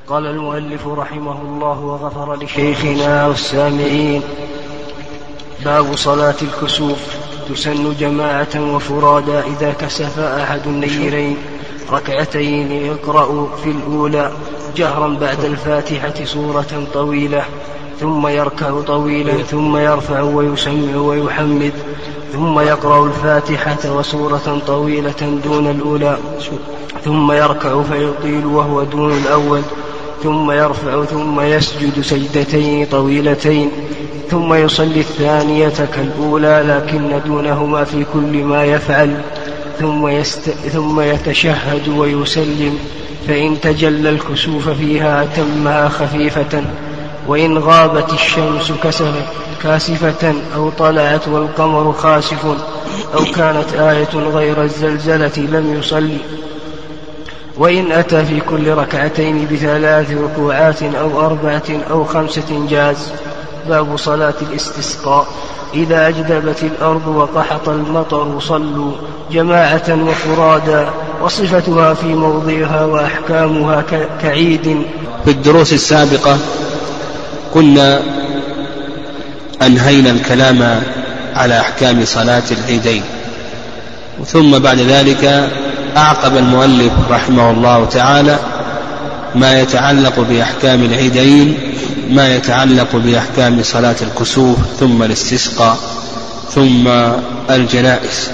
قال المؤلف رحمه الله وغفر لشيخنا والسامعين: باب صلاة الكسوف. تسن جماعة وفرادا إذا كسف أحد النيرين ركعتين يقرأ في الأولى جهرا بعد الفاتحة سورة طويلة، ثم يركع طويلا، ثم يرفع ويسمع ويحمد، ثم يقرأ الفاتحة وسورة طويلة دون الأولى، ثم يركع فيطيل وهو دون الأول، ثم يرفع ثم يسجد سجدتين طويلتين، ثم يصلي الثانية كالأولى لكن دونهما في كل ما يفعل، ثم يتشهد ويسلم، فإن تجلى الكسوف فيها أتمها خفيفة، وإن غابت الشمس كاسفة أو طلعت والقمر خاسف أو كانت آية غير الزلزلة لم يصلي، وإن أتى في كل ركعتين ب3 ركوعات أو 4 أو 5 جاز. باب صلاة الاستسقاء. إذا أجدبت الأرض وقحط المطر صلوا جماعة وفرادا، وصفتها في موضعها وأحكامها كعيد. في الدروس السابقة كنا أنهينا الكلام على أحكام صلاة العيدين، ثم بعد ذلك أعقب المؤلف رحمه الله تعالى ما يتعلق بأحكام العيدين، ما يتعلق بأحكام صلاة الكسوف، ثم الاستسقاء، ثم الجنائز.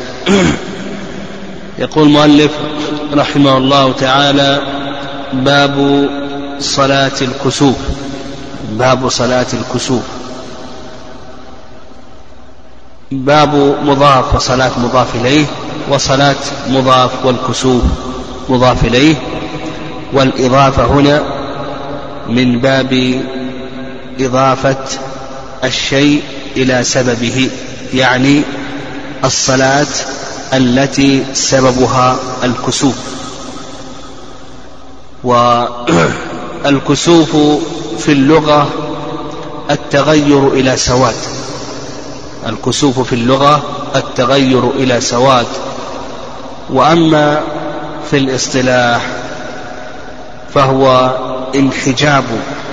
يقول المؤلف رحمه الله تعالى: باب صلاة الكسوف. باب صلاة الكسوف. باب مضاف وصلاة مضاف إليه، وصلاة مضاف والكسوف مضاف إليه، والإضافة هنا من باب إضافة الشيء إلى سببه، يعني الصلاة التي سببها الكسوف. والكسوف في اللغة التغير إلى سواد. الكسوف في اللغة التغير إلى سواد، وأما في الاصطلاح فهو انحجاب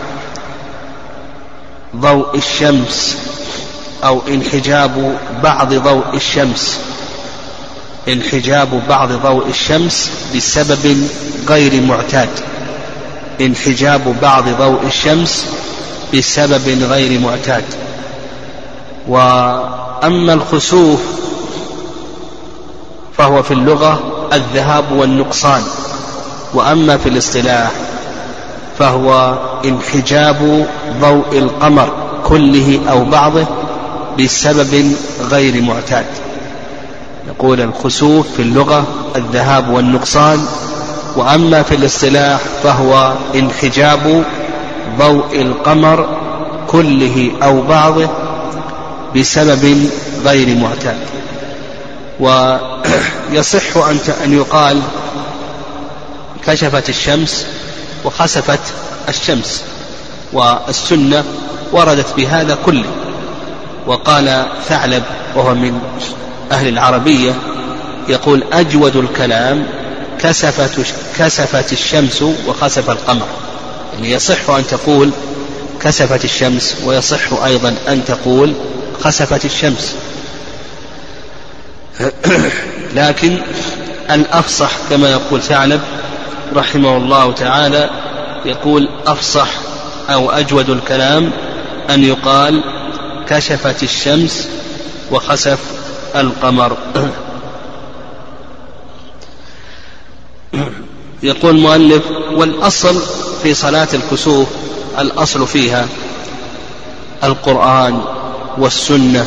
ضوء الشمس أو انحجاب بعض ضوء الشمس، انحجاب بعض ضوء الشمس بسبب غير معتاد، انحجاب بعض ضوء الشمس بسبب غير معتاد. وأما الخسوف فهو في اللغة الذهاب والنقصان، وأما في الاصطلاح فهو انحجاب ضوء القمر كله أو بعضه بسبب غير معتاد. نقول الخسوف في اللغة الذهاب والنقصان، وأما في الاصطلاح فهو انحجاب ضوء القمر كله أو بعضه بسبب غير معتاد. ويصح أن يقال كشفت الشمس وخسفت الشمس، والسنة وردت بهذا كله. وقال ثعلب وهو من أهل العربية يقول: أجود الكلام كسفت الشمس وخسف القمر. يعني يصح أن تقول كسفت الشمس، ويصح أيضا أن تقول خسفت الشمس، لكن الأفصح كما يقول ثعلب رحمه الله تعالى، يقول أفصح أو أجود الكلام أن يقال كشفت الشمس وخسف القمر. يقول المؤلف: والأصل في صلاة الكسوف، الأصل فيها القرآن والسنة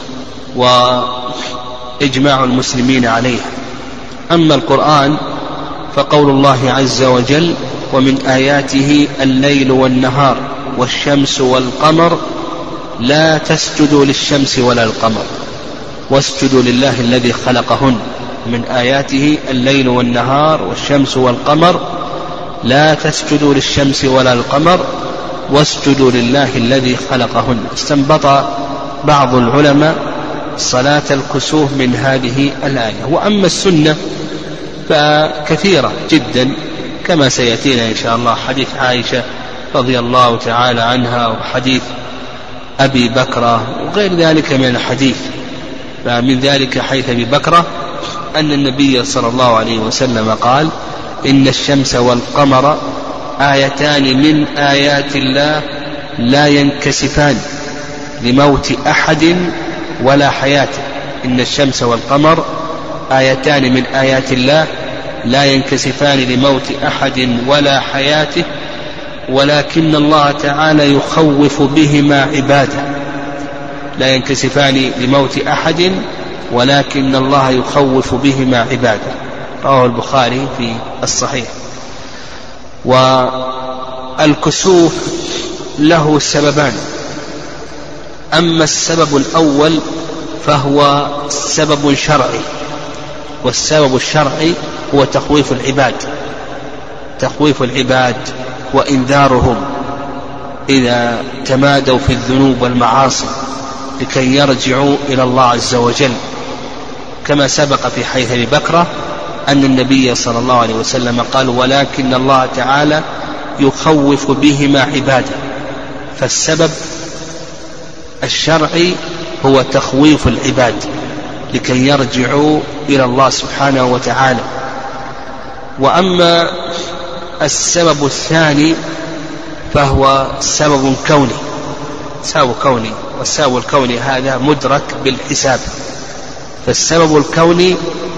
وإجماع المسلمين عليها. أما القرآن فقول الله عز وجل: ومن آياته الليل والنهار والشمس والقمر لا تسجدوا للشمس ولا القمر واسجدوا لله الذي خلقهن. من آياته الليل والنهار والشمس والقمر لا تسجدوا للشمس ولا القمر واسجدوا لله الذي خلقهن. استنبط بعض العلماء صلاة الكسوف من هذه الآية. وأما السنة فكثيرة جدا كما سيأتينا إن شاء الله حديث عائشة رضي الله تعالى عنها وحديث أبي بكرة وغير ذلك من الحديث. فمن ذلك حديث أبي بكرة أن النبي صلى الله عليه وسلم قال: إن الشمس والقمر آيتان من آيات الله لا ينكسفان لموت أحد ولا حياته. إن الشمس والقمر آيتان من آيات الله لا ينكسفان لموت أحد ولا حياته ولكن الله تعالى يخوف بهما عباده. لا ينكسفان لموت أحد ولكن الله يخوف بهما عباده. رواه البخاري في الصحيح. والكسوف له سببان: أما السبب الأول فهو سبب شرعي، والسبب الشرعي هو تخويف العباد، تخويف العباد وإنذارهم إذا تمادوا في الذنوب والمعاصي لكي يرجعوا إلى الله عز وجل، كما سبق في حديث أبي بكرة أن النبي صلى الله عليه وسلم قال: ولكن الله تعالى يخوف بهما عباده. فالسبب الشرعي هو تخويف العباد لكي يرجعوا إلى الله سبحانه وتعالى. وأما السبب الثاني فهو سبب كوني، سبب كوني، والسبب الكوني هذا مدرك بالحساب. فالسبب الكوني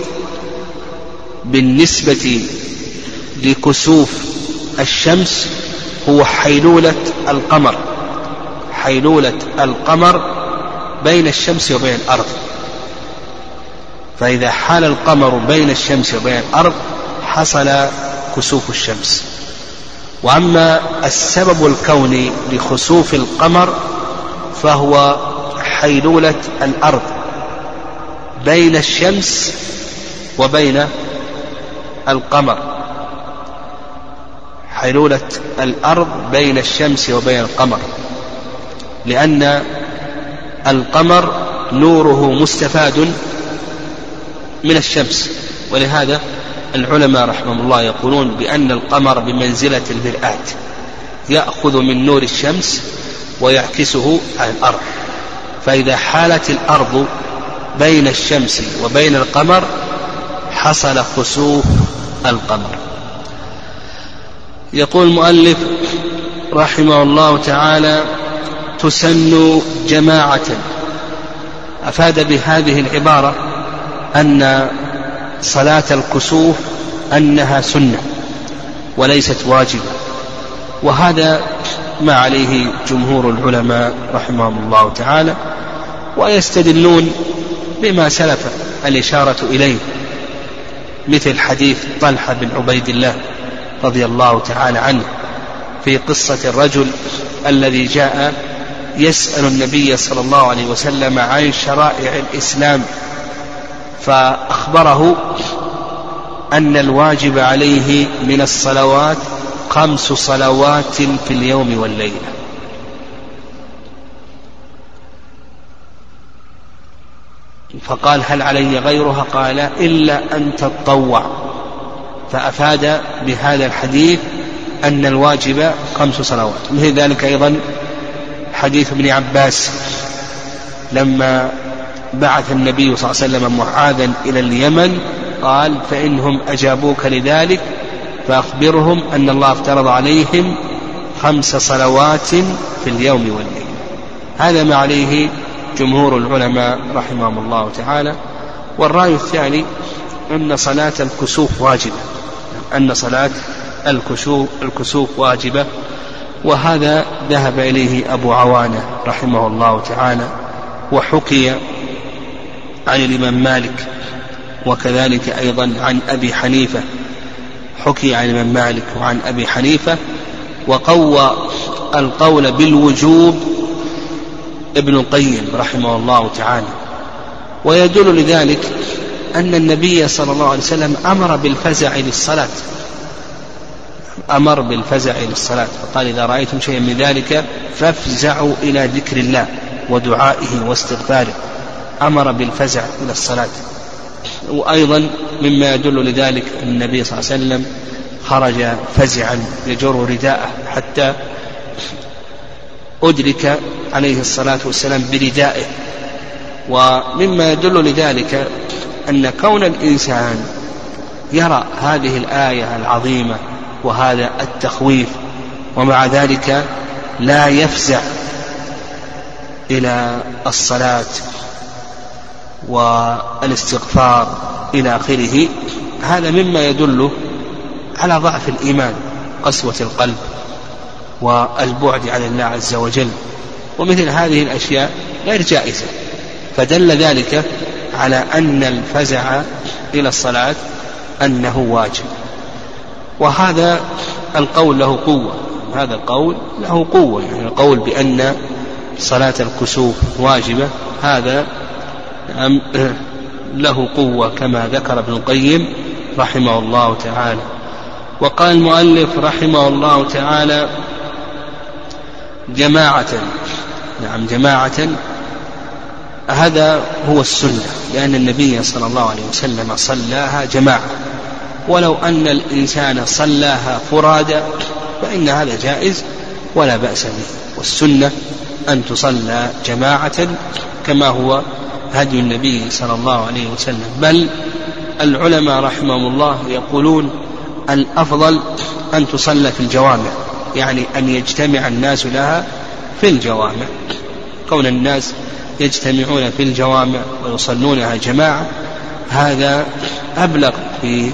بالنسبة لكسوف الشمس هو حيلولة القمر، حيلولة القمر بين الشمس وبين الأرض. فإذا حال القمر بين الشمس وبين الأرض حصل كسوف الشمس. وأما السبب الكوني لخسوف القمر فهو حيلولة الأرض بين الشمس وبين القمر، حيلولة الأرض بين الشمس وبين القمر، لأن القمر نوره مستفاد من الشمس. ولهذا العلماء رحمهم الله يقولون بأن القمر بمنزلة المرآة، يأخذ من نور الشمس ويعكسه على الأرض. فإذا حالت الأرض بين الشمس وبين القمر حصل خسوف القمر. يقول المؤلف رحمه الله تعالى: تسن جماعة. أفاد بهذه العبارة أن صلاة الكسوف أنها سنة وليست واجبة، وهذا ما عليه جمهور العلماء رحمهم الله تعالى، ويستدلون بما سلف الإشارة إليه، مثل حديث طلحة بن عبيد الله رضي الله تعالى عنه في قصة الرجل الذي جاء يسأل النبي صلى الله عليه وسلم عن شرائع الإسلام، فأخبره أن الواجب عليه من الصلوات 5 صلوات في اليوم والليلة. فقال: هل علي غيرها؟ قال: إلا أن تتطوع. فأفاد بهذا الحديث أن الواجب 5 صلوات. مثل ذلك أيضا حديث ابن عباس لما بعث النبي صلى الله عليه وسلم معاذا إلى اليمن قال: فإنهم أجابوك لذلك فأخبرهم أن الله افترض عليهم 5 صلوات في اليوم والليلة. هذا ما عليه جمهور العلماء رحمهم الله تعالى. والرأي الثاني أن صلاة الكسوف واجبة، أن صلاة الكسوف واجبة، وهذا ذهب إليه أبو عوانة رحمه الله تعالى، وحكي عن الإمام مالك، وكذلك أيضا عن أبي حنيفة، حكي عن الإمام مالك وعن أبي حنيفة. وقوى القول بالوجوب ابن القيم رحمه الله تعالى. ويدل لذلك أن النبي صلى الله عليه وسلم أمر بالفزع للصلاة، أمر بالفزع للصلاة، فقال: إذا رأيتم شيئا من ذلك فافزعوا إلى ذكر الله ودعائه واستغفاره. أمر بالفزع إلى الصلاة. وأيضا مما يدل لذلك أن النبي صلى الله عليه وسلم خرج فزعا يجر رداءه حتى أدرك عليه الصلاة والسلام بردائه. ومما يدل لذلك أن كون الإنسان يرى هذه الآية العظيمة وهذا التخويف ومع ذلك لا يفزع إلى الصلاة والاستغفار إلى آخره، هذا مما يدل على ضعف الإيمان، قسوة القلب والبعد عن الله عز وجل، ومثل هذه الأشياء غير جائزة. فدل ذلك على أن الفزع إلى الصلاة أنه واجب. وهذا القول له قوة، هذا القول له قوة، يعني القول بأن صلاة الكسوف واجبة هذا له قوة كما ذكر ابن القيم رحمه الله تعالى. وقال المؤلف رحمه الله تعالى جماعة، نعم جماعة، هذا هو السنة، لأن النبي صلى الله عليه وسلم صلاها جماعة، ولو أن الإنسان صلاها فرادى فإن هذا جائز ولا بأس به. والسنة أن تصلى جماعة كما هو هدي النبي صلى الله عليه وسلم. بل العلماء رحمهم الله يقولون الأفضل أن تصلى في الجوامع، يعني أن يجتمع الناس لها في الجوامع. كون الناس يجتمعون في الجوامع ويصلونها جماعة هذا أبلغ في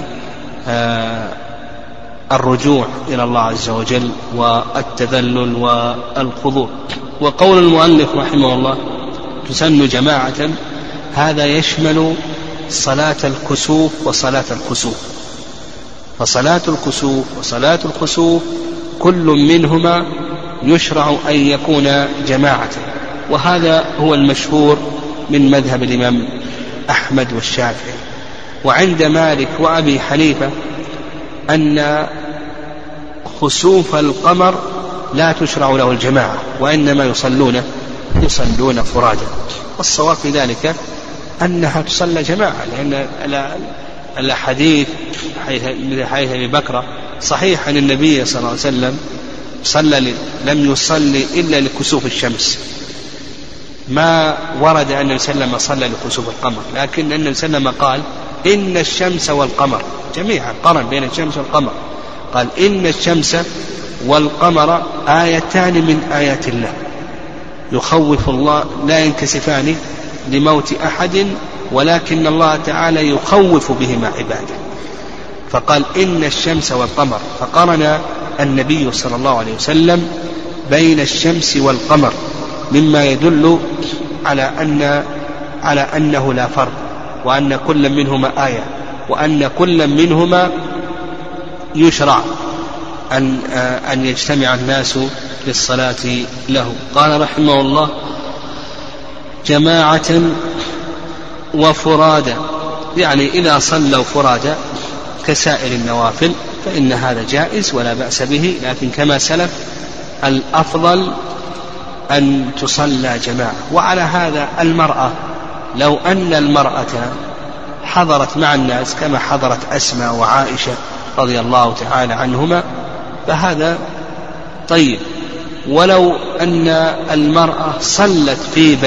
الرجوع إلى الله عز وجل والتذلل والخضوع. وقول المؤلف رحمه الله تسن جماعة، هذا يشمل صلاة الكسوف وصلاة الكسوف. فصلاة الكسوف وصلاة الخسوف كل منهما يشرع أن يكون جماعة، وهذا هو المشهور من مذهب الإمام أحمد والشافعي. وعند مالك وأبي حنيفة أن خسوف القمر لا تشرع له الجماعة، وإنما يصلون فرادا. والصواب في ذلك أنها تصلى جماعة، لأن الحديث حديث أبي بكر صحيح أن النبي صلى الله عليه وسلم لم يصلي إلا لكسوف الشمس، ما ورد أن النبي صلى الله عليه وسلم صلى لكسوف القمر، لكن النبي صلى الله عليه وسلم قال إن الشمس والقمر جميعا، قرن بين الشمس والقمر، قال إن الشمس والقمر آيتان من آيات الله يخوف الله لا ينكسفان لموت أحد، ولكن الله تعالى يخوف بهما عباده. فقال إن الشمس والقمر، فقرن النبي صلى الله عليه وسلم بين الشمس والقمر، مما يدل على أنه لا فرق، وأن كل منهما آية، وأن كل منهما يشرع أن يجتمع الناس للصلاة له. قال رحمه الله جماعة وفرادا، يعني إذا صلوا فرادا كسائر النوافل فإن هذا جائز ولا بأس به، لكن كما سلف الأفضل أن تصلى جماعة. وعلى هذا المرأة، لو أن المرأة حضرت مع الناس كما حضرت أسماء وعائشة رضي الله تعالى عنهما فهذا طيب. ولو أن المرأة صلت في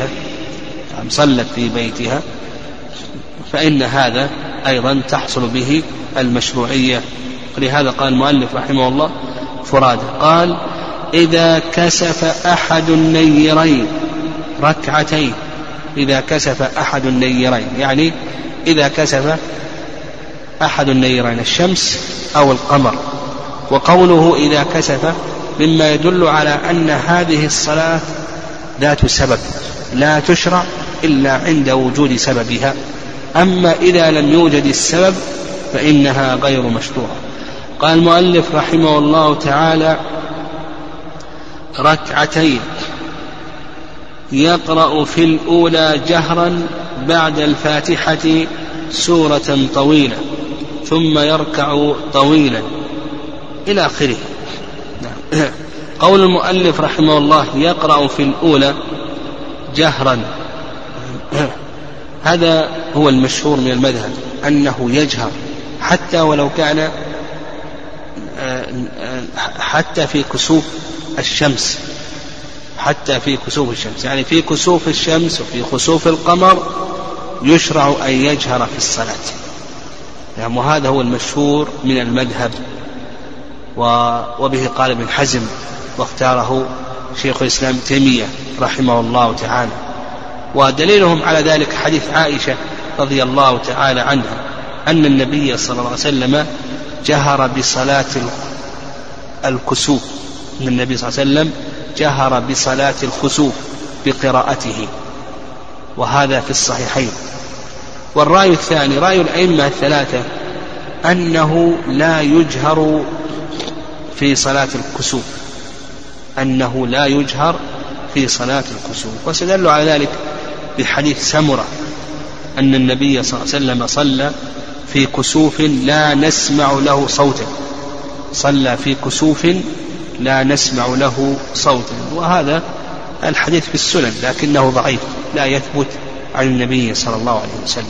بيتها فإن هذا أيضا تحصل به المشروعية. ولهذا قال المؤلف رحمه الله فرادى، قال إذا كسف أحد النيرين ركعتين. إذا كسف أحد النيرين يعني إذا كسف أحد النيرين الشمس أو القمر. وقوله إذا كسف مما يدل على أن هذه الصلاة ذات سبب لا تشرع إلا عند وجود سببها، أما إذا لم يوجد السبب فإنها غير مشروعة. قال المؤلف رحمه الله تعالى ركعتين، يقرأ في الأولى جهرا بعد الفاتحة سورة طويلة ثم يركع طويلا إلى آخره. قول المؤلف رحمه الله يقرأ في الأولى جهرا، هذا هو المشهور من المذهب أنه يجهر حتى ولو كان حتى في كسوف الشمس، يعني في كسوف الشمس وفي خسوف القمر يشرع أن يجهر في الصلاة. يعني وهذا هو المشهور من المذهب، وبه قال ابن حزم واختاره شيخ الإسلام تيمية رحمه الله تعالى. ودليلهم على ذلك حديث عائشة رضي الله تعالى عنها أن النبي صلى الله عليه وسلم جهر بصلاة الكسوف، أن النبي صلى الله عليه وسلم جهر بصلاة الخسوف بقراءته، وهذا في الصحيحين. والرأي الثاني رأي الأئمة الثلاثة أنه لا يجهر في صلاة الكسوف، واستدلوا على ذلك بحديث سمرة أن النبي صلى الله عليه وسلم صلى في كسوف لا نسمع له صوتا، وهذا الحديث في السنن لكنه ضعيف لا يثبت عن النبي صلى الله عليه وسلم.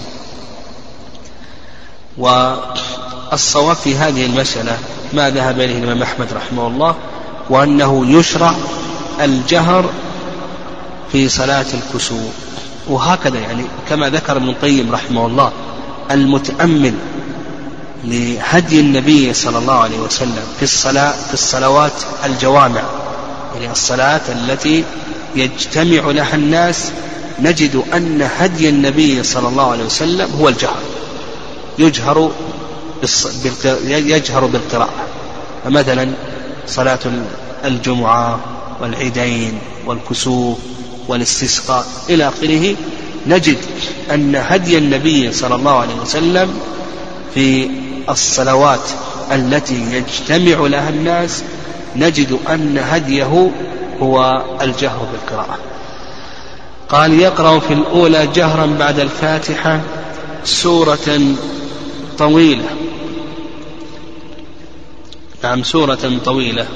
والصواب في هذه المسألة ما ذهب إليه الإمام أحمد رحمه الله، وأنه يشرع الجهر في صلاة الكسوف. وهكذا يعني كما ذكر ابن القيم رحمه الله المتأمل لهدي النبي صلى الله عليه وسلم في الصلوات الجوامع، يعني الصلاة التي يجتمع لها الناس، نجد أن هدي النبي صلى الله عليه وسلم هو الجهر، يجهر بالقراءة. فمثلا صلاة الجمعة والعيدين والكسوف والاستسقاء إلى آخره، نجد أن هدي النبي صلى الله عليه وسلم في الصلوات التي يجتمع لها الناس نجد أن هديه هو الجهر بالقراءة. قال يقرأ في الأولى جهرا بعد الفاتحة سورة طويلة، نعم سورة طويلة.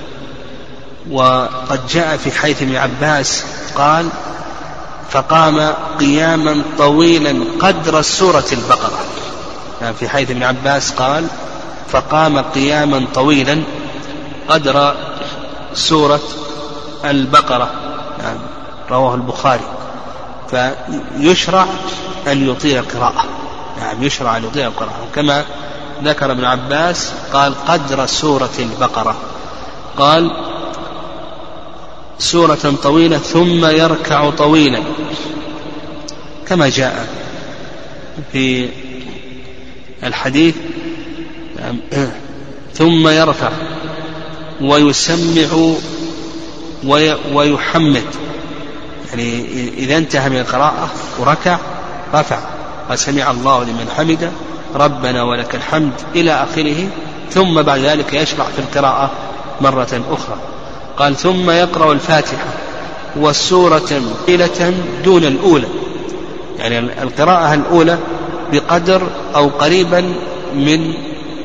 وقد جاء في حديث ابن عباس قال فقام قياما طويلا قدر سورة البقرة، يعني في حديث ابن عباس قال فقام قياما طويلا قدر سورة البقرة، يعني رواه البخاري. فيشرع أن يطيل القراءة، يعني يشرع أن يطيل القراءة كما ذكر ابن عباس قال قدر سورة البقرة، قال سورة طويلة ثم يركع طويلا كما جاء في الحديث، ثم يرفع ويسمع ويحمد، يعني إذا انتهى من القراءة وركع رفع وسمع الله لمن حمده ربنا ولك الحمد إلى آخره، ثم بعد ذلك يشرع في القراءة مرة أخرى. قال ثم يقرأ الفاتحة والسورة طويلة دون الأولى، يعني القراءة الأولى بقدر أو قريبا من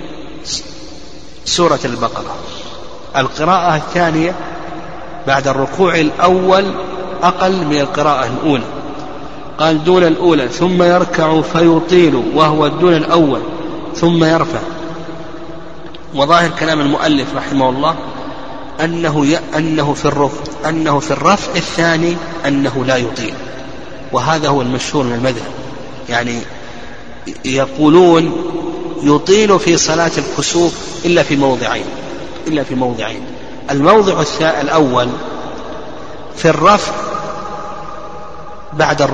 سورة البقرة. القراءة الثانية بعد الركوع الأول أقل من القراءة الأولى، قال دون الأولى، ثم يركع فيطيل وهو دون الأول ثم يرفع. وظاهر كلام المؤلف رحمه الله أنه في الرفع الثاني أنه لا يطيل، وهذا هو المشهور من المذهب، يعني يقولون يطيل في صلاة الكسوف إلا في موضعين. الموضع الأول في الرفع بعد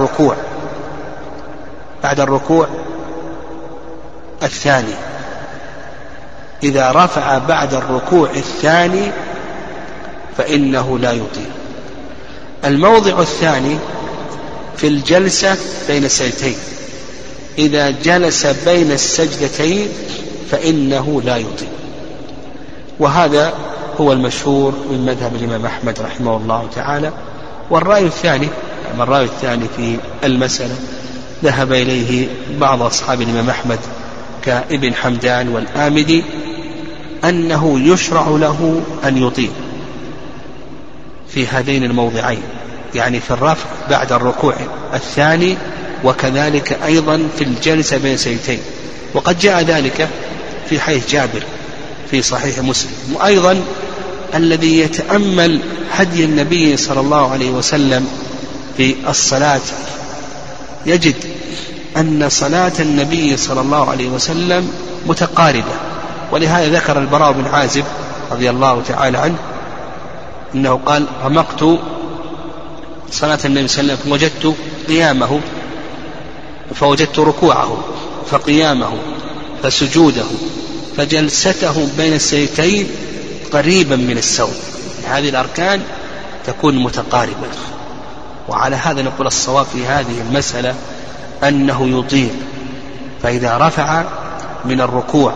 الركوع الثاني، إذا رفع بعد الركوع الثاني فإنه لا يطيل. الموضع الثاني في الجلسة بين السجدتين، إذا جلس بين السجدتين فإنه لا يطيل. وهذا هو المشهور من مذهب الإمام أحمد رحمه الله تعالى. والرأي الثاني في المسألة ذهب إليه بعض أصحاب الإمام أحمد كابن حمدان والآمدي، أنه يشرع له أن يطيل في هذين الموضعين، يعني في الرفع بعد الركوع الثاني، وكذلك أيضا في الجلسة بين السجدتين. وقد جاء ذلك في حديث جابر في صحيح مسلم. وأيضا الذي يتأمل هدي النبي صلى الله عليه وسلم في الصلاة يجد أن صلاة النبي صلى الله عليه وسلم متقاربة. ولهذا ذكر البراء بن عازب رضي الله تعالى عنه إنه قال: رمقت صلاة النبي صلى الله عليه وسلم وجدت قيامه فوجدت ركوعه فقيامه فسجوده فجلسته بين السجدتين قريبا من السوء. هذه الأركان تكون متقاربة. وعلى هذا نقول الصواب في هذه المسألة أنه يطيل، فإذا رفع من الركوع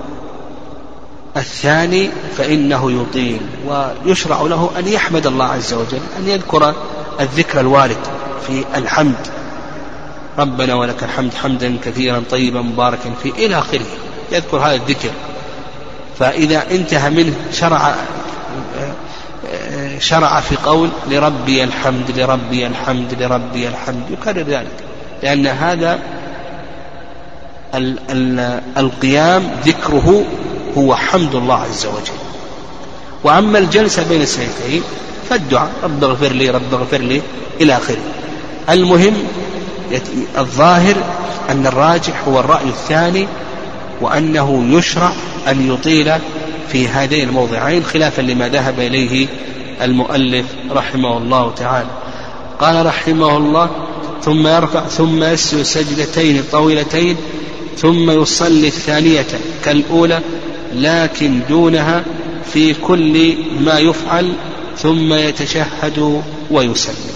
الثاني فإنه يطيل، ويشرع له أن يحمد الله عز وجل، أن يذكر الذكر الوارد في الحمد: ربنا ولك الحمد حمدا كثيرا طيبا مباركا فيه إلى آخره، يذكر هذا الذكر. فإذا انتهى منه شرع في قول: لربي الحمد لربي الحمد لربي الحمد، يكرر ذلك، لأن هذا القيام ذكره هو حمد الله عز وجل. وأما الجلسة بين السجدتين فالدعاء: رب اغفر لي رب اغفر لي إلى آخره. المهم الظاهر أن الراجح هو الرأي الثاني، وأنه يشرع أن يطيل في هذين الموضعين خلافا لما ذهب إليه المؤلف رحمه الله تعالى. قال رحمه الله: ثم يرفع ثم يسجد سجدتين طويلتين ثم يصلي الثانية كالأولى لكن دونها في كل ما يفعل ثم يتشهد ويسلم.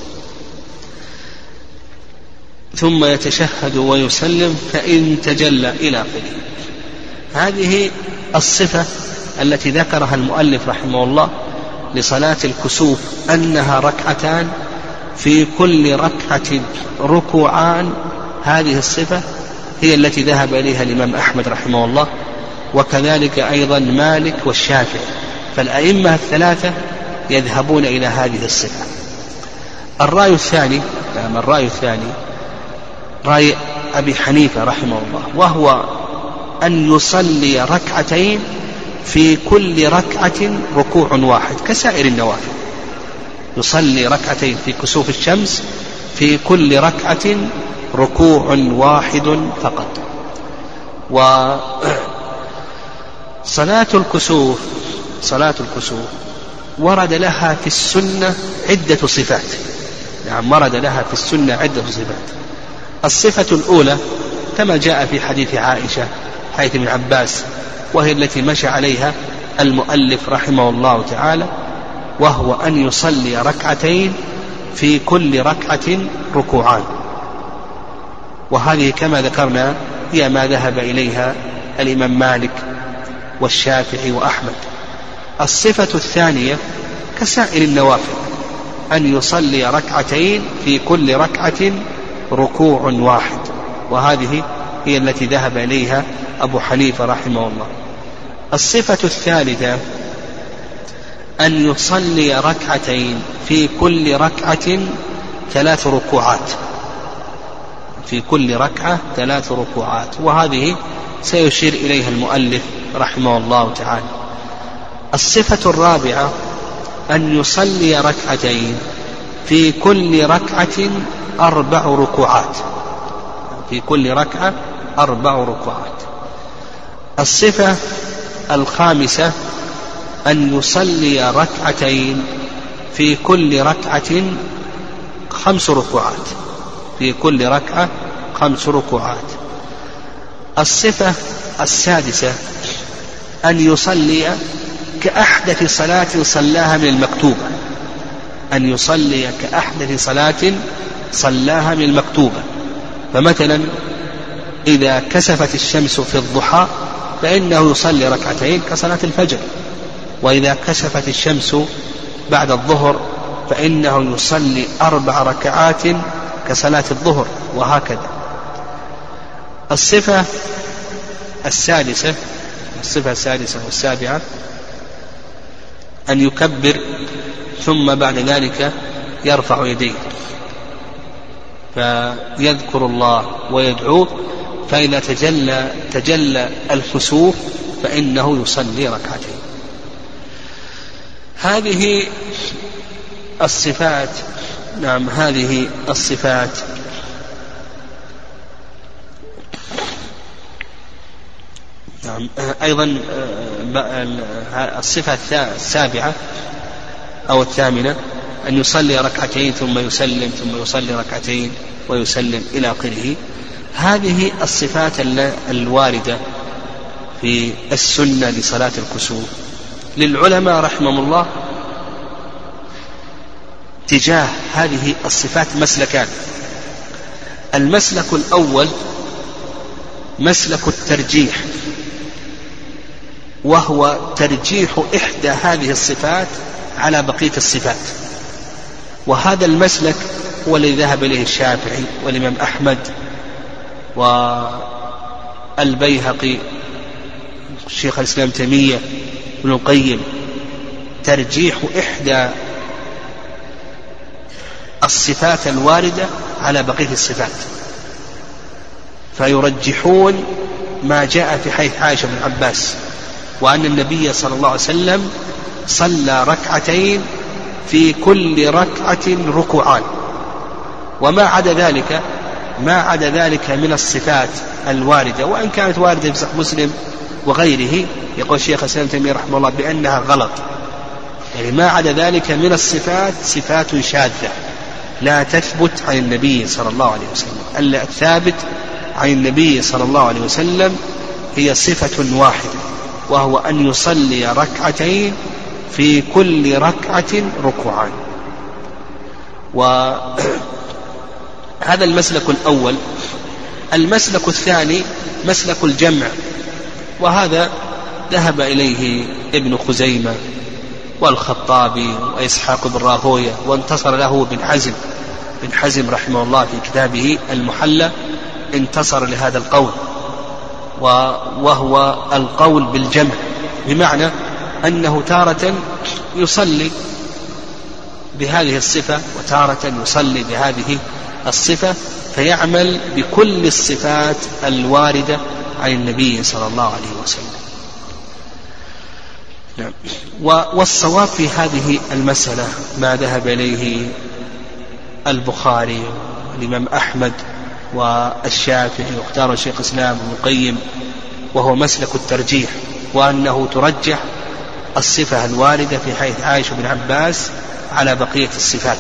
ثم يتشهد ويسلم فإن تجلى إلى آخره. هذه الصفة التي ذكرها المؤلف رحمه الله لصلاة الكسوف، أنها ركعتان في كل ركعة ركوعان. هذه الصفة هي التي ذهب إليها الإمام أحمد رحمه الله، وكذلك أيضا مالك والشافعي. فالأئمة الثلاثة يذهبون إلى هذه الصفة. الرأي الثاني رأي أبي حنيفة رحمه الله، وهو أن يصلي ركعتين في كل ركعة ركوع واحد كسائر النوافل. يصلي ركعتين في كسوف الشمس في كل ركعة ركوع واحد فقط. وصلاة الكسوف ورد لها في السنة عدة صفات. ورد لها في السنة عدة صفات. الصفة الأولى كما جاء في حديث عائشة حديث ابن عباس، وهي التي مشى عليها المؤلف رحمه الله تعالى، وهو أن يصلي ركعتين في كل ركعة ركوعان. وهذه كما ذكرنا هي ما ذهب إليها الإمام مالك والشافعي وأحمد. الصفة الثانية كسائر النوافل، أن يصلي ركعتين في كل ركعة ركوع واحد، وهذه هي التي ذهب إليها أبو حنيفة رحمه الله. الصفة الثالثة أن يصلي ركعتين في كل ركعة 3 ركوعات، في كل ركعة 3 ركوعات، وهذه سيشير إليها المؤلف رحمه الله تعالى. الصفة الرابعة أن يصلي ركعتين في كل ركعة 4 ركوعات، في كل ركعة 4 ركوعات. الصفة الخامسة أن يصلي ركعتين في كل ركعة 5 ركوعات، في كل ركعة 5 ركوعات. الصفة السادسة أن يصلي كأحدث صلاة صلاها من المكتوبة، أن يصلي كأحدث صلاة صلاها من المكتوبة. فمثلا إذا كسفت الشمس في الضحى فإنه يصلي ركعتين كصلاة الفجر، وإذا كسفت الشمس بعد الظهر فإنه يصلي 4 ركعات كصلاة الظهر، وهكذا. الصفة السادسة والسابعة أن يكبر ثم بعد ذلك يرفع يديه فيذكر الله ويدعوه، فإذا تجلى الكسوف فإنه يصلي ركعتين. هذه الصفات، نعم هذه الصفات نعم أيضا الصفة السابعة أو الثامنة أن يصلي ركعتين ثم يسلم ثم يصلي ركعتين ويسلم إلى آخره. هذه الصفات الواردة في السنة لصلاة الكسوف. للعلماء رحمهم الله تجاه هذه الصفات مسلكان. المسلك الأول مسلك الترجيح، وهو ترجيح إحدى هذه الصفات على بقية الصفات، وهذا المسلك هو الذي ذهب إليه الشافعي والإمام أحمد والبيهقي الشيخ الإسلام تيمية ابن القيم، ترجيح إحدى الصفات الواردة على بقية الصفات، فيرجحون ما جاء في حديث عائشة بن عباس وأن النبي صلى الله عليه وسلم صلى ركعتين في كل ركعة ركوعان، وما عدا ذلك من الصفات الواردة، وإن كانت واردة في صحيح مسلم وغيره، يقول الشيخ الإسلام تيمية رحمه الله بأنها غلط، يعني ما عدا ذلك من الصفات صفات شاذة لا تثبت عن النبي صلى الله عليه وسلم. الثابت عن النبي صلى الله عليه وسلم هي صفة واحدة، وهو أن يصلي ركعتين في كل ركعة ركوعان. وهذا المسلك الأول. المسلك الثاني مسلك الجمع، وهذا ذهب إليه ابن خزيمة والخطابي وإسحاق بن راهوية، وانتصر له بن حزم رحمه الله في كتابه المحلى، انتصر لهذا القول، وهو القول بالجمع، بمعنى أنه تارة يصلي بهذه الصفة وتارة يصلي بهذه الصفة، فيعمل بكل الصفات الواردة عن النبي صلى الله عليه وسلم. نعم. والصواب في هذه المسألة ما ذهب إليه البخاري والإمام أحمد والشافعي واختار الشيخ الإسلام ابن القيم، وهو مسلك الترجيح، وأنه ترجح الصفة الواردة في حديث عائشة بن عباس على بقية الصفات.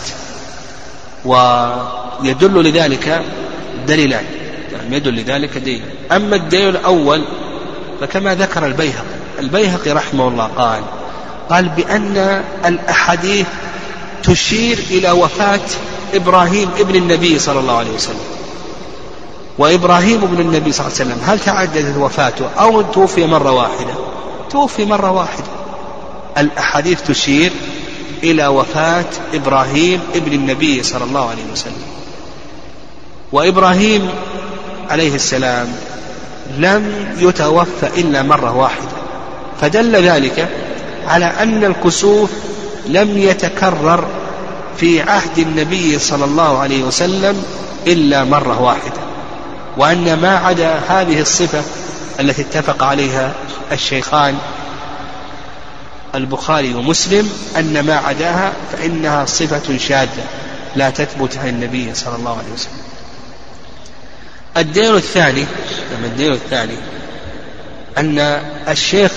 ويدل لذلك دليلان، يعني يدل لذلك دليل. أما الدليل الأول فكما ذكر البيهقي رحمه الله قال بأن الأحاديث تشير إلى وفاة إبراهيم ابن النبي صلى الله عليه وسلم، وإبراهيم ابن النبي صلى الله عليه وسلم هل تعددت وفاته أو توفي مرة واحدة؟ توفي مرة واحدة. الأحاديث تشير إلى وفاة إبراهيم ابن النبي صلى الله عليه وسلم، وإبراهيم عليه السلام لم يتوفى إلا مرة واحدة، فدل ذلك على أن الكسوف لم يتكرر في عهد النبي صلى الله عليه وسلم إلا مرة واحدة، وأن ما عدا هذه الصفة التي اتفق عليها الشيخان البخاري ومسلم، أن ما عداها فإنها صفة شاذة لا تثبت عن النبي صلى الله عليه وسلم. الدليل الثاني أن الشيخ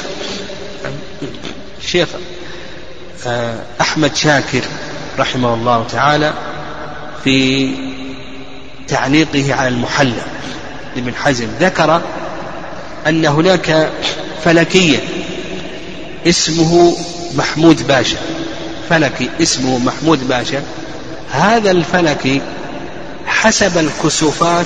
أحمد شاكر رحمه الله تعالى في تعليقه على المحلى لابن حزم ذكر أن هناك فلكيا اسمه محمود باشا، فلكي اسمه محمود باشا. هذا الفلكي حسب الكسوفات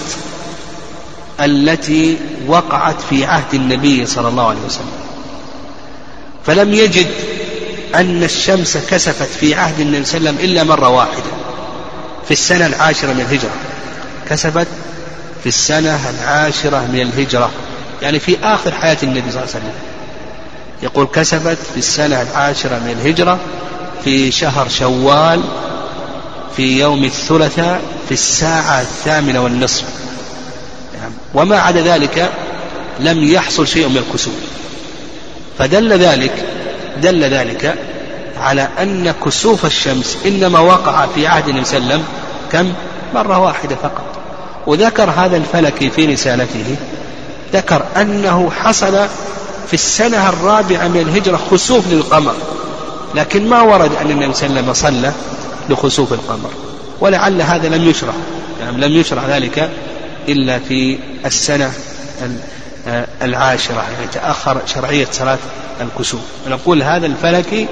التي وقعت في عهد النبي صلى الله عليه وسلم، فلم يجد أن الشمس كسفت في عهد النبي صلى الله عليه وسلم إلا مرة واحدة في السنة 10 من الهجرة، كسفت في السنة 10 من الهجرة، يعني في آخر حياة النبي صلى الله عليه وسلم. يقول كسفت في السنة 10 من الهجرة في شهر شوال في يوم الثلاثاء في الساعة 8:30، وما عدا ذلك لم يحصل شيء من الكسوف. فدل ذلك على أن كسوف الشمس إنما وقع في عهد النبي صلى الله عليه وسلم كم؟ مرة واحدة فقط. وذكر هذا الفلكي في رسالته، ذكر أنه حصل في السنة 4 من الهجرة خسوف للقمر، لكن ما ورد أن النبي صلى الله عليه وسلم صلى لخسوف القمر، ولعل هذا لم يشرع، يعني لم يشرع ذلك إلا في السنة 10، يعني تأخر شرعية صلاة الكسوف. ونقول هذا الفلكي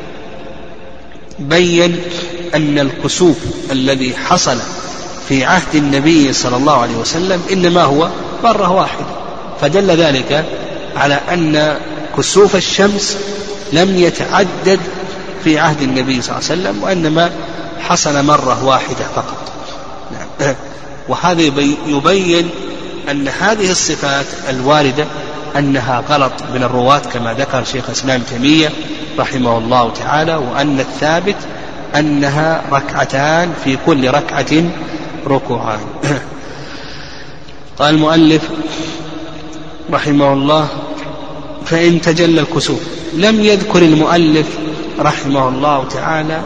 بين أن الكسوف الذي حصل في عهد النبي صلى الله عليه وسلم إنما هو مرة واحدة، فدل ذلك على أن كسوف الشمس لم يتعدد في عهد النبي صلى الله عليه وسلم، وإنما حصل مرة واحدة فقط. وهذا يبين أن هذه الصفات الواردة أنها غلط من الرواة كما ذكر شيخ الإسلام ابن تيمية رحمه الله تعالى، وأن الثابت أنها ركعتان في كل ركعة ركوعان. قال المؤلف رحمه الله: فإن تجلى الكسوف. لم يذكر المؤلف رحمه الله تعالى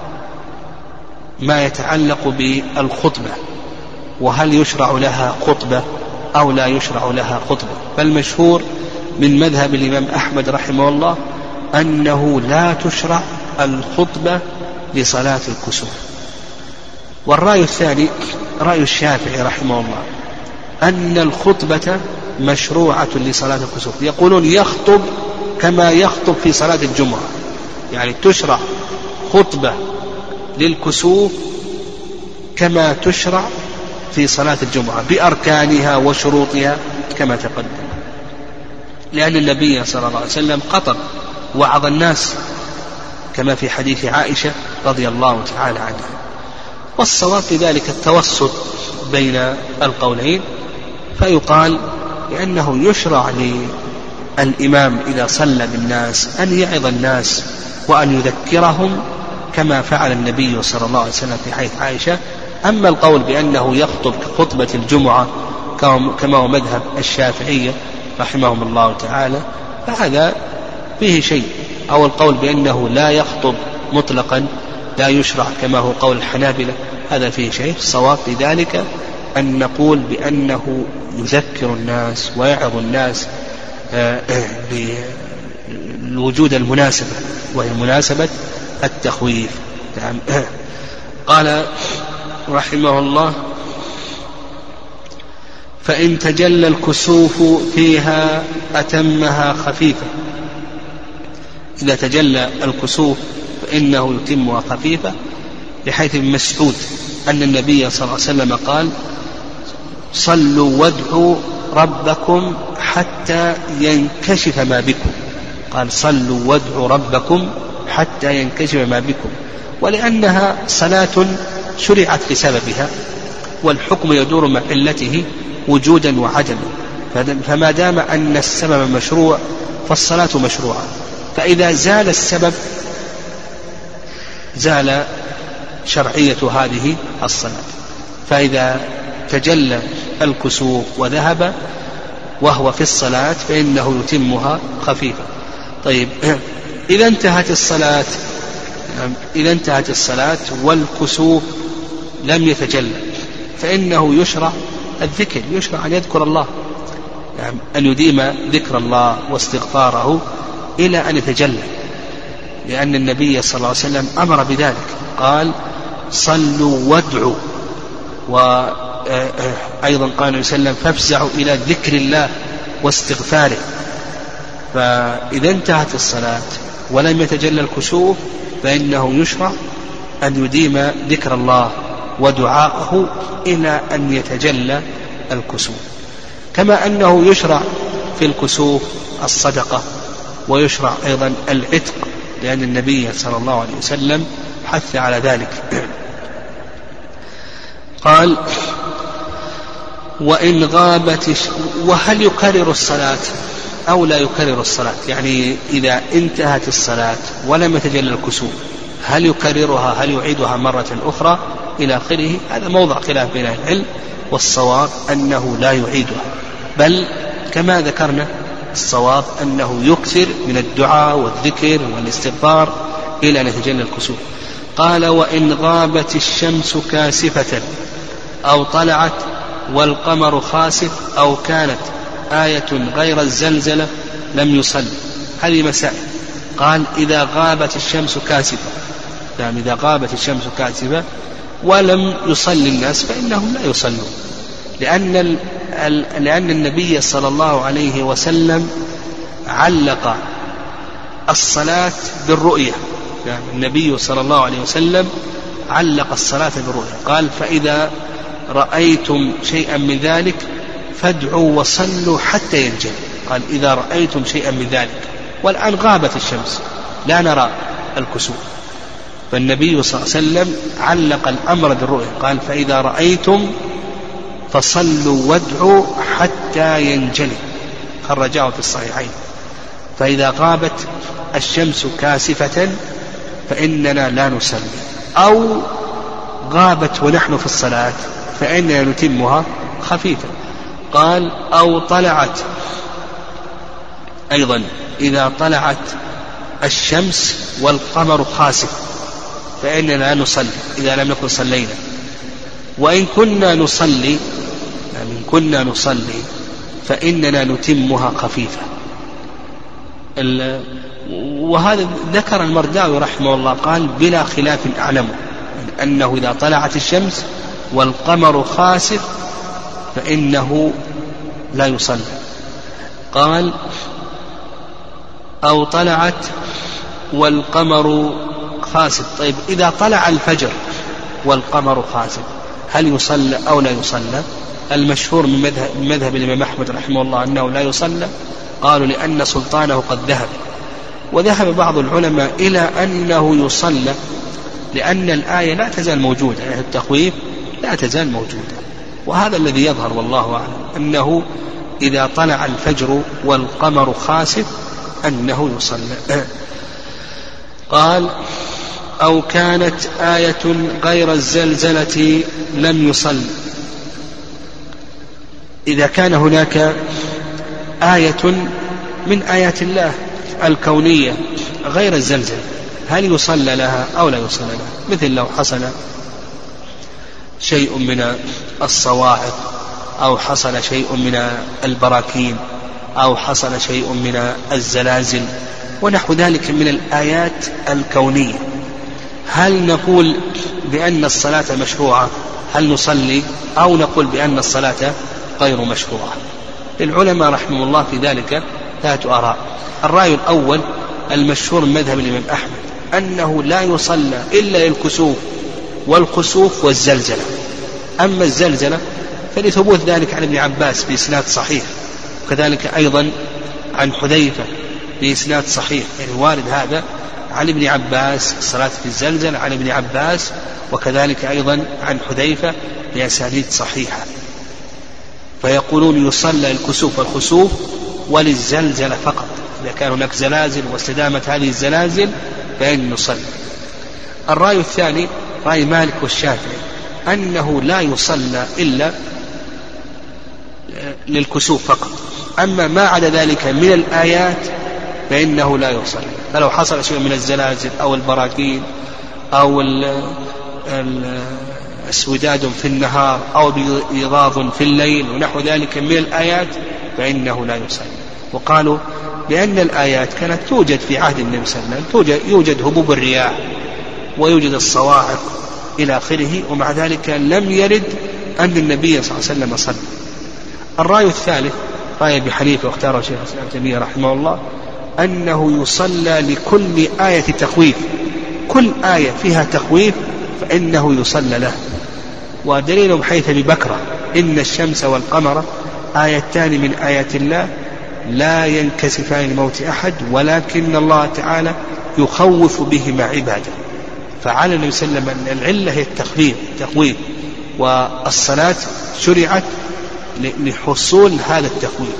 ما يتعلق بالخطبة، وهل يشرع لها خطبة أو لا يشرع لها خطبة، فالمشهور من مذهب الإمام أحمد رحمه الله أنه لا تشرع الخطبة لصلاة الكسوف. والرأي الثاني رأي الشافعي رحمه الله أن الخطبة مشروعة لصلاة الكسوف، يقولون يخطب كما يخطب في صلاة الجمعة، يعني تشرع خطبة للكسوف كما تشرع في صلاة الجمعة بأركانها وشروطها كما تقدم، لأن النبي صلى الله عليه وسلم خطب وعظ الناس كما في حديث عائشة رضي الله تعالى عنها. والصواب في ذلك التوسط بين القولين، فيقال لأنه يشرع للإمام إذا صلى بالناس أن يعظ الناس وأن يذكرهم كما فعل النبي صلى الله عليه وسلم في حديث عائشة. أما القول بأنه يخطب كخطبة الجمعة كما هو مذهب الشافعية رحمهم الله تعالى فهذا فيه شيء، أو القول بأنه لا يخطب مطلقا لا يشرع كما هو قول الحنابلة هذا فيه شيء. الصواب في ذلك أن نقول بأنه يذكر الناس ويعظ الناس بوجود المناسبة، وهي مناسبة التخويف. قال رحمه الله: فإن تجلى الكسوف فيها أتمها خفيفة. إذا تجلى الكسوف فإنه يتمها خفيفة، بحيث ابن مسعود أن النبي صلى الله عليه وسلم قال: صلوا وادعوا ربكم حتى ينكشف ما بكم. قال: صلوا وادعوا ربكم حتى ينكشف ما بكم، ولأنها صلاة شرعت بسببها، والحكم يدور مع علته وجودا وعدما، فما دام أن السبب مشروع فالصلاة مشروعة، فإذا زال السبب زال شرعية هذه الصلاة. فإذا تجلى الكسوف وذهب وهو في الصلاة فإنه يتمها خفيفة. طيب، إذا انتهت الصلاة والكسوف لم يتجلى فإنه يشرع الذكر، يشرع أن يذكر الله، يعني أن يديم ذكر الله واستغفاره إلى أن يتجلى، لأن النبي صلى الله عليه وسلم أمر بذلك، قال: صلوا وادعوا. وأيضا قال النبي صلى الله عليه وسلم: فافزعوا إلى ذكر الله واستغفاره. فإذا انتهت الصلاة ولم يتجلى الكسوف فإنه يشرع أن يديم ذكر الله ودعاءه إلى أن يتجلى الكسوف، كما أنه يشرع في الكسوف الصدقة، ويشرع أيضا العتق، لأن النبي صلى الله عليه وسلم حث على ذلك. قال: وإن غابت. وهل يكرر الصلاة أو لا يكرر الصلاة؟ يعني إذا انتهت الصلاة ولم يتجلى الكسوف هل يكررها، هل يعيدها مرة أخرى إلى آخره؟ هذا موضع خلاف بين أهل العلم، والصواب أنه لا يعيدها، بل كما ذكرنا الصواب أنه يكثر من الدعاء والذكر والاستغفار إلى أن يتجلى الكسوف. قال: وإن غابت الشمس كاسفة أو طلعت والقمر خاسف أو كانت آية غير الزلزلة لم يصل. هذه مسائل. قال: إذا غابت الشمس كاسفة، يعني إذا غابت الشمس كاسفة ولم يصلي الناس فإنهم لا يصلون، لأن النبي صلى الله عليه وسلم علق الصلاة بالرؤية. يعني النبي صلى الله عليه وسلم علق الصلاة بالرؤية، قال: فإذا رأيتم شيئا من ذلك فادعوا وصلوا حتى ينجلي. قال: إذا رأيتم شيئا من ذلك. والآن غابت الشمس لا نرى الكسوف، فالنبي صلى الله عليه وسلم علق الأمر بالرؤية، قال: فإذا رأيتم فصلوا وادعوا حتى ينجلي. خرجاه في الصحيحين. فإذا غابت الشمس كاسفة فإننا لا نصلي، أو غابت ونحن في الصلاة فإننا نتمها خفيفة. قال: أو طلعت، أيضا إذا طلعت الشمس والقمر خاسف فإننا لا نصلي إذا لم نكن صلينا، وإن كنا نصلي فإننا نتمها خفيفة. وهذا ذكر المرداوي رحمه الله، قال: بلا خلاف أعلمه أنه إذا طلعت الشمس والقمر خاسف فإنه لا يصلي. قال: أو طلعت والقمر خاسف. طيب، إذا طلع الفجر والقمر خاسف هل يصلى أو لا يصلى؟ المشهور من مذهب الإمام أحمد رحمه الله أنه لا يصلى. قالوا: لأن سلطانه قد ذهب. وذهب بعض العلماء إلى أنه يصلى، لأن الآية لا تزال موجودة، يعني التخويف لا تزال موجودة. وهذا الذي يظهر والله أعلم، أنه إذا طلع الفجر والقمر خاسف أنه يصلى. قال: أو كانت آية غير الزلزلة لم يصل. إذا كان هناك آية من آيات الله الكونية غير الزلزلة هل يصلى لها أو لا يصلى لها؟ مثل لو حصل شيء من الصواعق، أو حصل شيء من البراكين، أو حصل شيء من الزلازل ونحو ذلك من الآيات الكونية، هل نقول بأن الصلاة مشروعة؟ هل نصلي؟ أو نقول بأن الصلاة غير مشروعة؟ العلماء رحمه الله في ذلك ثلاثة آراء. الرأي الأول المشهور من مذهب الإمام أحمد أنه لا يصلى إلا الكسوف والخسوف والزلزلة. أما الزلزلة فلثبوت ذلك عن ابن عباس بإسناد صحيح، وكذلك أيضا عن حذيفة بإسناد صحيح، يعني وارد هذا عن ابن عباس الصلاة في الزلزلة عن ابن عباس، وكذلك أيضا عن حذيفة بأسانيد صحيحة. فيقولون يصلى الكسوف والخسوف وللزلزلة فقط، إذا كان هناك زلازل واستدامت هذه الزلازل فإن نصلي. الرأي الثاني رأي مالك والشافعي أنه لا يصلى إلا للكسوف فقط، أما ما عدا ذلك من الآيات فإنه لا يصلي. فلو حصل شيء من الزلازل أو البراكين أو اسوداد في النهار أو بيضاض في الليل ونحو ذلك من الآيات فإنه لا يصلي. وقالوا بأن الآيات كانت توجد في عهد النبي صلى الله عليه وسلم، يوجد هبوب الرياح ويوجد الصواعق إلى آخره، ومع ذلك لم يرد أن النبي صلى الله عليه وسلم صلى. الرأي الثالث رأي أبي حنيفة واختاره شيخ الإسلام ابن تيمية رحمه الله أنه يصلى لكل آية تخويف، كل آية فيها تخويف فإنه يصلى له. ودليل حيث ببكرة إن الشمس والقمر آيتان من آيات الله لا ينكسفان لموت أحد ولكن الله تعالى يخوف بهما عباده. فعلى النبي صلى الله عليه وسلم أن العلة هي التخويف، والصلاة شرعت لحصول هذا التخويف.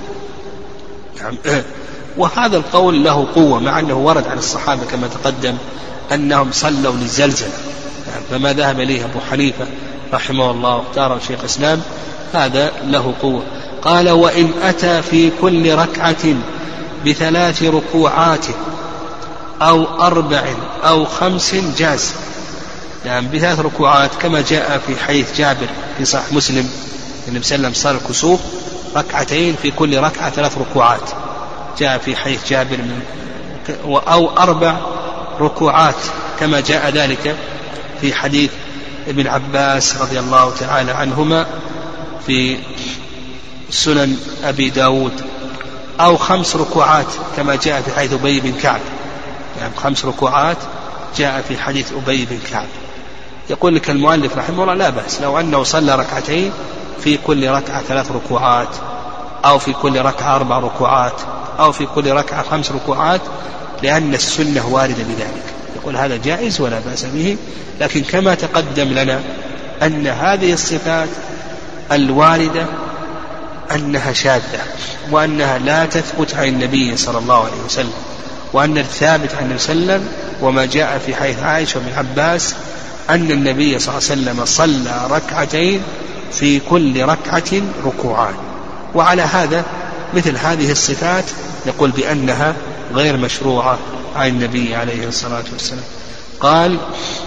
وهذا القول له قوة، مع أنه ورد عن الصحابة كما تقدم أنهم صلوا للزلزلة، فما ذهب إليه أبو حنيفة رحمه الله واختاره شيخ الإسلام هذا له قوة. قال وإن أتى في كل ركعة ب3 ركوعات أو 4 أو 5 جاز. يعني ب3 ركوعات كما جاء في حديث جابر في صحيح مسلم النبي صلى الله عليه وسلم صلى الكسوف ركعتين في كل ركعة 3 ركوعات، جاء في حديث جابر أو 4 ركوعات كما جاء ذلك في حديث ابن عباس رضي الله تعالى عنهما في سنن أبي داود، أو 5 ركوعات كما جاء في حديث أبي بن كعب. يعني 5 ركوعات جاء في حديث أبي بن كعب. يقول لك المؤلف رحمه الله لا بأس لو أنه صلى ركعتين في كل ركعة 3 ركوعات، أو في كل ركعة 4 ركوعات، أو في كل ركعة 5 ركوعات، لأن السنة واردة بذلك. يقول هذا جائز ولا بأس به. لكن كما تقدم لنا أن هذه الصفات الواردة أنها شاذة، وأنها لا تثبت عن النبي صلى الله عليه وسلم، وأن الثابت عن النبي صلى الله عليه وسلم وما جاء في حديث عائشة وابن عباس أن النبي صلى الله عليه وسلم صلى ركعتين في كل ركعة ركوعان. وعلى هذا مثل هذه الصفات نقول بأنها غير مشروعة عن النبي عليه الصلاة والسلام. قال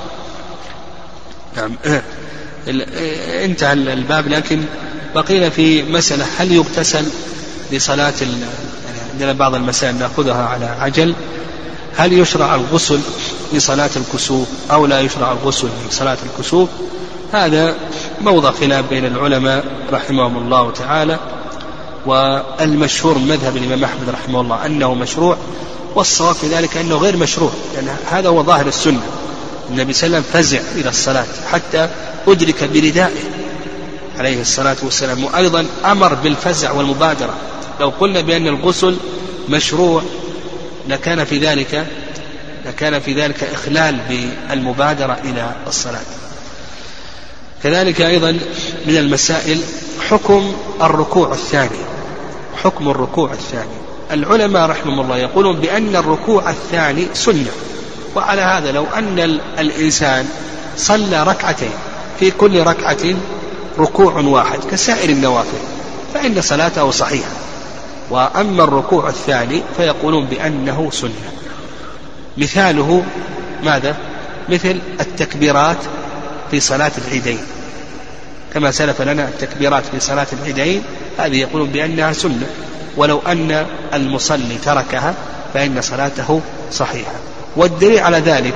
نعم انتهى الباب، لكن بقينا في مسألة هل يغتسل لصلاة عندنا بعض المسائل نأخذها على عجل. هل يشرع الغسل لصلاة الكسوف أو لا يشرع الغسل لصلاة الكسوف؟ هذا موضع خلاف بين العلماء رحمهم الله تعالى، والمشهور مذهب الإمام أحمد رحمه الله أنه مشروع، والصواب في ذلك أنه غير مشروع، لأن يعني هذا هو ظاهر السنة. النبي صلى الله عليه وسلم فزع إلى الصلاة حتى أدرك بردائه عليه الصلاة والسلام، وأيضا أمر بالفزع والمبادرة. لو قلنا بأن الغسل مشروع لكان في ذلك إخلال بالمبادرة إلى الصلاة. كذلك أيضا من المسائل حكم الركوع الثاني. حكم الركوع الثاني، العلماء رحمهم الله يقولون بأن الركوع الثاني سنة. وعلى هذا لو أن الإنسان صلى ركعتين في كل ركعة ركوع واحد كسائر النوافل فإن صلاته صحيحة. وأما الركوع الثاني فيقولون بأنه سنة. مثاله ماذا؟ مثل التكبيرات في صلاة العيدين، كما سلف لنا التكبيرات في صلاة العيدين هذه يقولون بأنها سنة، ولو أن المصلي تركها فإن صلاته صحيحة. والدليل على ذلك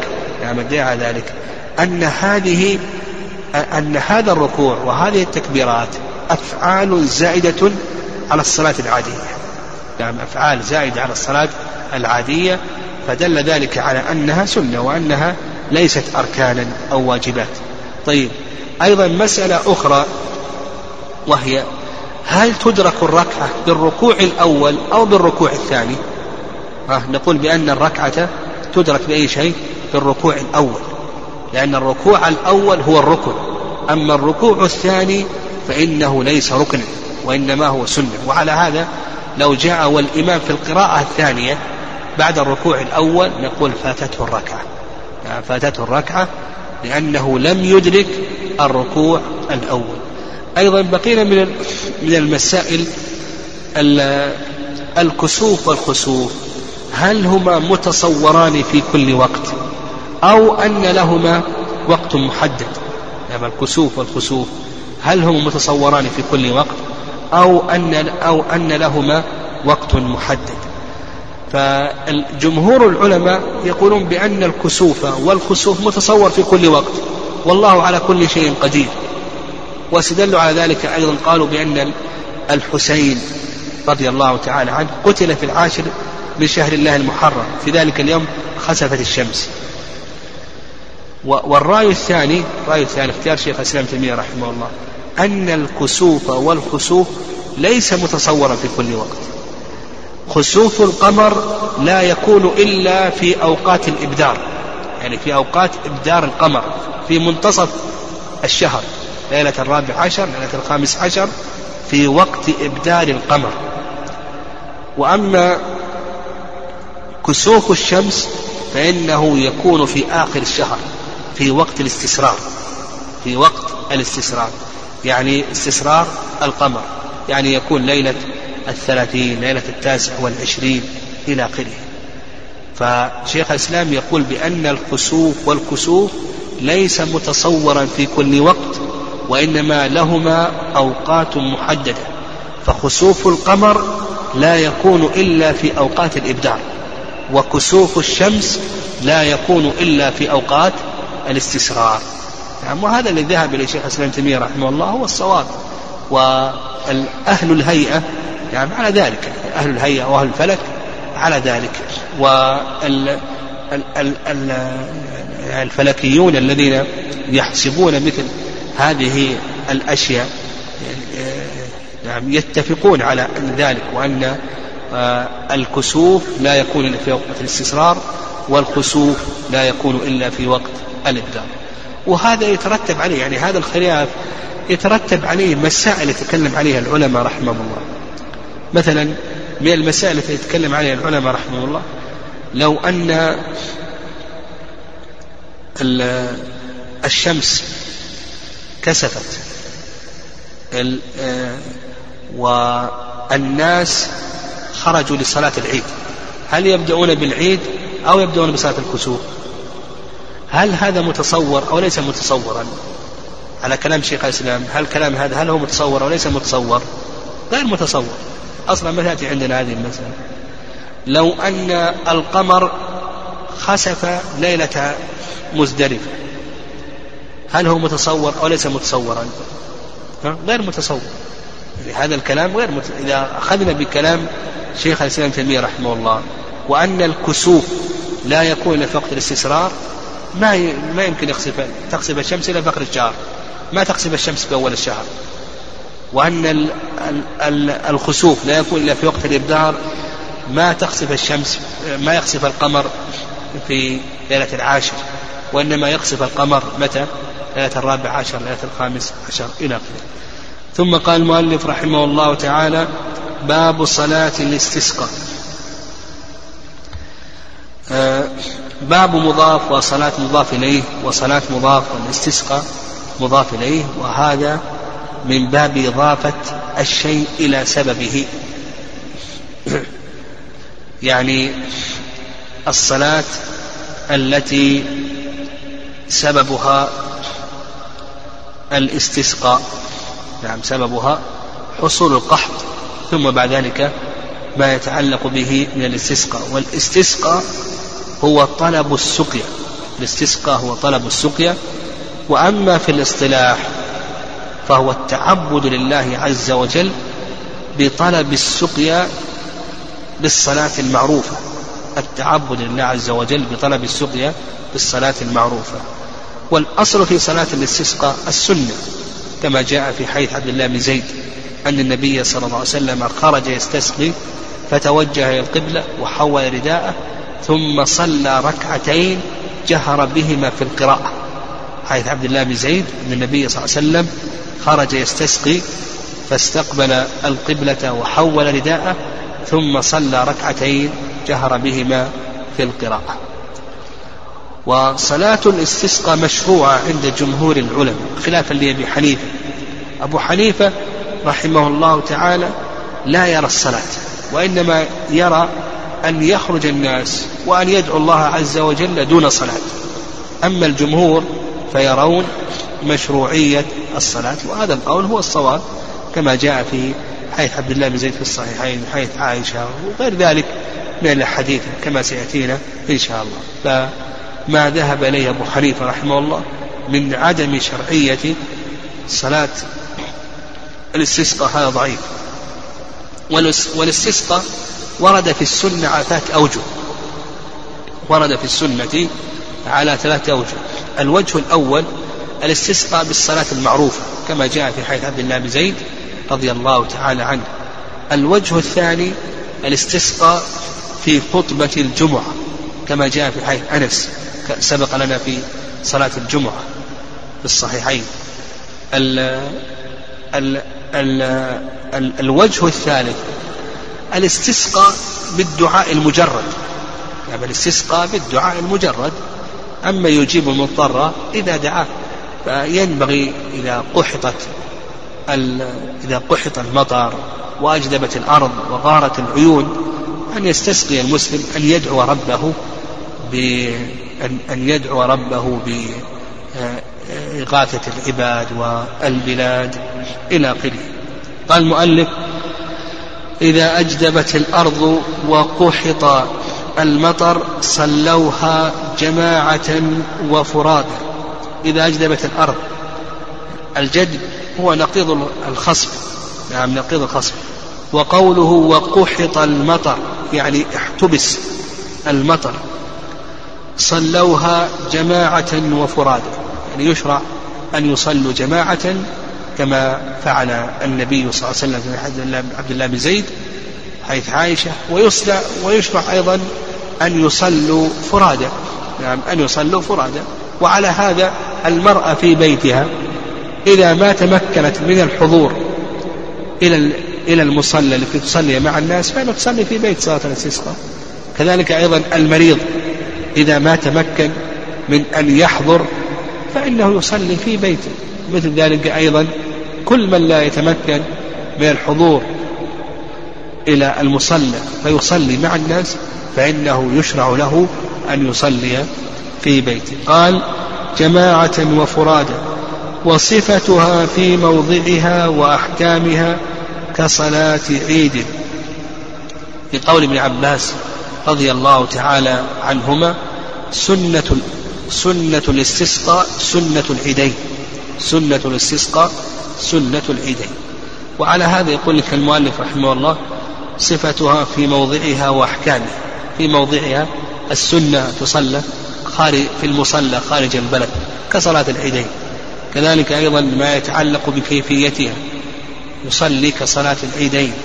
أن هذا الركوع وهذه التكبيرات أفعال زائدة على الصلاة العادية، أفعال زائدة على الصلاة العادية، فدل ذلك على أنها سنة وأنها ليست أركانا أو واجبات. طيب، أيضا مسألة أخرى وهي هل تدرك الركعة بالركوع الأول أو بالركوع الثاني؟ نقول بأن الركعة تدرك بأي شيء؟ بالركوع الأول، لأن الركوع الأول هو الركن، أما الركوع الثاني فإنه ليس ركنا وإنما هو سنة. وعلى هذا لو جاء والإمام في القراءة الثانية بعد الركوع الأول نقول فاتته الركعة لأنه لم يدرك الركوع الأول. أيضا بقينا من المسائل الكسوف والخسوف، هل هما متصوران في كل وقت أو أن لهما وقت محدد؟ يعني الكسوف والخسوف هل هما متصوران في كل وقت أو أن لهما وقت محدد؟ فالجمهور العلماء يقولون بأن الكسوف والخسوف متصور في كل وقت، والله على كل شيء قدير. واستدلوا على ذلك أيضا قالوا بأن الحسين رضي الله تعالى عنه قتل في 10 من شهر الله المحرم، في ذلك اليوم خسفت الشمس. والرأي الثاني اختيار شيخ الإسلام ابن تيمية رحمه الله أن الكسوف والخسوف ليس متصورا في كل وقت. خسوف القمر لا يكون إلا في أوقات الإبدار، يعني في أوقات إبدار القمر في منتصف الشهر، ليلة 14 ليلة 15 في وقت إبدار القمر. وأما كسوف الشمس فإنه يكون في آخر الشهر في وقت الاستسرار، يعني استسرار القمر يعني يكون ليلة 30 ليلة 29 إلى آخره. فشيخ الإسلام يقول بأن الخسوف والكسوف ليس متصورا في كل وقت، وإنما لهما أوقات محددة. فخسوف القمر لا يكون إلا في أوقات الإبدار، وكسوف الشمس لا يكون إلا في أوقات الاستسرار. وهذا الذي ذهب إليه شيخ الإسلام تيمية رحمه الله هو الصواب. وأهل الهيئة يعني على ذلك، أهل الهيئة وأهل الفلك على ذلك، والفلكيون الذين يحسبون مثل هذه الأشياء يعني يتفقون على ذلك، وأن الكسوف لا يكون إلا في وقت الاستسرار، والخسوف لا يكون إلا في وقت الإبدار. وهذا يترتب عليه، يعني هذا الخلاف يترتب عليه مسائل يتكلم عليها العلماء رحمهم الله. مثلا من المسائل التي يتكلم عليها العلماء رحمهم الله، لو أن الشمس كسفت والناس خرجوا لصلاة العيد، هل يبدأون بالعيد أو يبدأون بصلاة الكسوف؟ هل هذا متصور أو ليس متصورا؟ على كلام شيخ الإسلام هل كلام هذا هل هو متصور أو ليس متصور؟ غير متصور أصلا. ما تأتي عندنا هذه المسألة. لو أن القمر خسف ليلة مزدلفة، هل هو متصور أو ليس متصورا؟ غير متصور. يعني هذا الكلام غير إذا أخذنا بكلام شيخ الإسلام تيمية رحمه الله، وأن الكسوف لا يكون إلا في وقت الاستسرار، ما يمكن تخسف الشمس إلى فقر الشهر، ما تخسف الشمس في أول الشهر. وأن الخسوف لا يكون إلا في وقت الإبدار، ما تخسف الشمس، ما يخسف القمر في ليلة 10، وإنما يخسف القمر متى؟ ليلة 14 ليلة 15 إلى آخره. ثم قال المؤلف رحمه الله تعالى: باب صلاة الاستسقاء. باب مضاف وصلاة مضاف إليه، وصلاة مضاف والاستسقاء مضاف إليه، وهذا من باب إضافة الشيء إلى سببه. يعني الصلاة التي سببها الاستسقاء، نعم سببها حصول القحط، ثم بعد ذلك ما يتعلق به من الاستسقاء. والاستسقاء هو طلب السقيا، الاستسقاء هو طلب السقيا. وأما في الاصطلاح فهو التعبد لله عز وجل بطلب السقيا بالصلاة المعروفة، التعبد لله عز وجل بطلب السقيا بالصلاة المعروفة. والأصل في صلاة الاستسقاء السنة، كما جاء في حديث عبد الله بن زيد أن النبي صلى الله عليه وسلم خرج يستسقي فتوجه إلى القبلة وحول رداءه ثم صلى ركعتين جهر بهما في القراءة. حديث عبد الله بن زيد أن النبي صلى الله عليه وسلم خرج يستسقي فاستقبل القبلة وحول رداءه ثم صلى ركعتين جهر بهما في القراءة. وصلاة الاستسقاء مشروعة عند جمهور العلماء خلافا لأبي حنيفة. أبو حنيفة رحمه الله تعالى لا يرى الصلاة، وإنما يرى أن يخرج الناس وأن يدعو الله عز وجل دون صلاة. أما الجمهور فيرون مشروعية الصلاة، وهذا القول هو الصواب كما جاء في حديث عبد الله بن زيد في الصحيحين وحديث عائشة وغير ذلك من الحديث كما سيأتينا إن شاء الله. فما ذهب إليه أبو حنيفة رحمه الله من عدم شرعية صلاة الاستسقاء هذا ضعيف. والاستسقاء ورد في السنة على 3 أوجه، ورد في السنة على 3 أوجه. الوجه الأول الاستسقاء بالصلاة المعروفة كما جاء في حديث عبد الله بن زيد رضي الله تعالى عنه. الوجه الثاني الاستسقاء في خطبة الجمعة كما جاء في حديث أنس سبق لنا في صلاة الجمعة في الصحيحين. الوجه الثالث الاستسقاء بالدعاء المجرد، يعني الاستسقاء بالدعاء المجرد. أما يجيب المضطر إذا دعاه، فينبغي إذا قحطت إذا قحط المطر وأجدبت الأرض وغارت العيون أن يستسقي المسلم أن يدعو ربه بإغاثة العباد والبلاد إلى آخره. قال المؤلف: إذا أجدبت الأرض وقحط المطر صلوها جماعة وفرادا. إذا أجدبت الأرض، الجدب هو نقيض الخصف، نعم نقيض الخصف. وقوله وقحط المطر يعني احتبس المطر، صلوها جماعة وفرادا، يعني يشرع أن يصلوا جماعة كما فعل النبي صلى الله عليه وسلم في حديث عبد الله بن زيد حيث عائشة، ويشرع أيضا أن يصلوا فرادا، نعم أن يصلوا فرادا. وعلى هذا المرأة في بيتها إذا ما تمكنت من الحضور إلى المصلى لكي تصلي مع الناس فإنها تصلي في بيت صلاة الاستسقاء. كذلك أيضا المريض إذا ما تمكن من أن يحضر فإنه يصلي في بيته. مثل ذلك أيضا كل من لا يتمكن من الحضور إلى المصلى فيصلي مع الناس فإنه يشرع له أن يصلي في بيته. قال جماعة وفرادا، وصفتها في موضعها وأحكامها كصلاة عيد. في قول ابن عباس رضي الله تعالى عنهما: سنة الاستسقاء سنة العيدين، سنة الاستسقاء سنة العيدين. وعلى هذا يقول لك المؤلف رحمه الله: صفتها في موضعها وأحكامها. في موضعها السنة تصلى في المصلى خارج البلد كصلاة العيدين. كذلك أيضا ما يتعلق بكيفيتها، يصلي كصلاة العيدين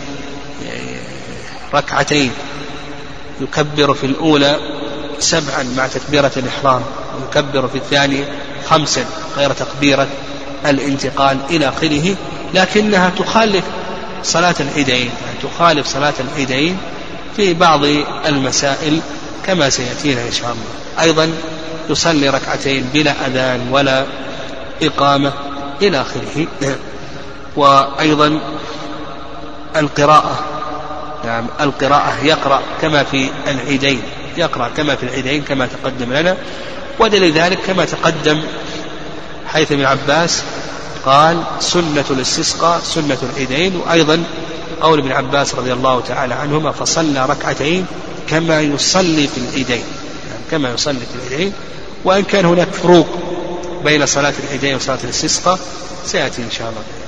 ركعتين، يكبر في الأولى 7 مع تكبيرة الإحرام، ويكبر في الثانية 5 غير تكبيرة الانتقال إلى آخره. لكنها تخالف صلاة العيدين، تخالف صلاة العيدين في بعض المسائل كما سيأتينا إن شاء الله. أيضا يصلي ركعتين بلا أذان ولا إقامة إلى آخره. وأيضا القراءة، نعم القراءة يقرأ كما في العيدين، يقرأ كما في العيدين كما تقدم لنا. ودليل ذلك كما تقدم حيث ابن عباس قال سنة الاستسقاء سنة العيدين. وأيضا قول ابن عباس رضي الله تعالى عنهما: فصلى ركعتين كما يصلي في العيدين، يعني كما يصلي في العيدين. وإن كان هناك فروق بين صلاة العيدين وصلاة الاستسقاء سيأتي إن شاء الله.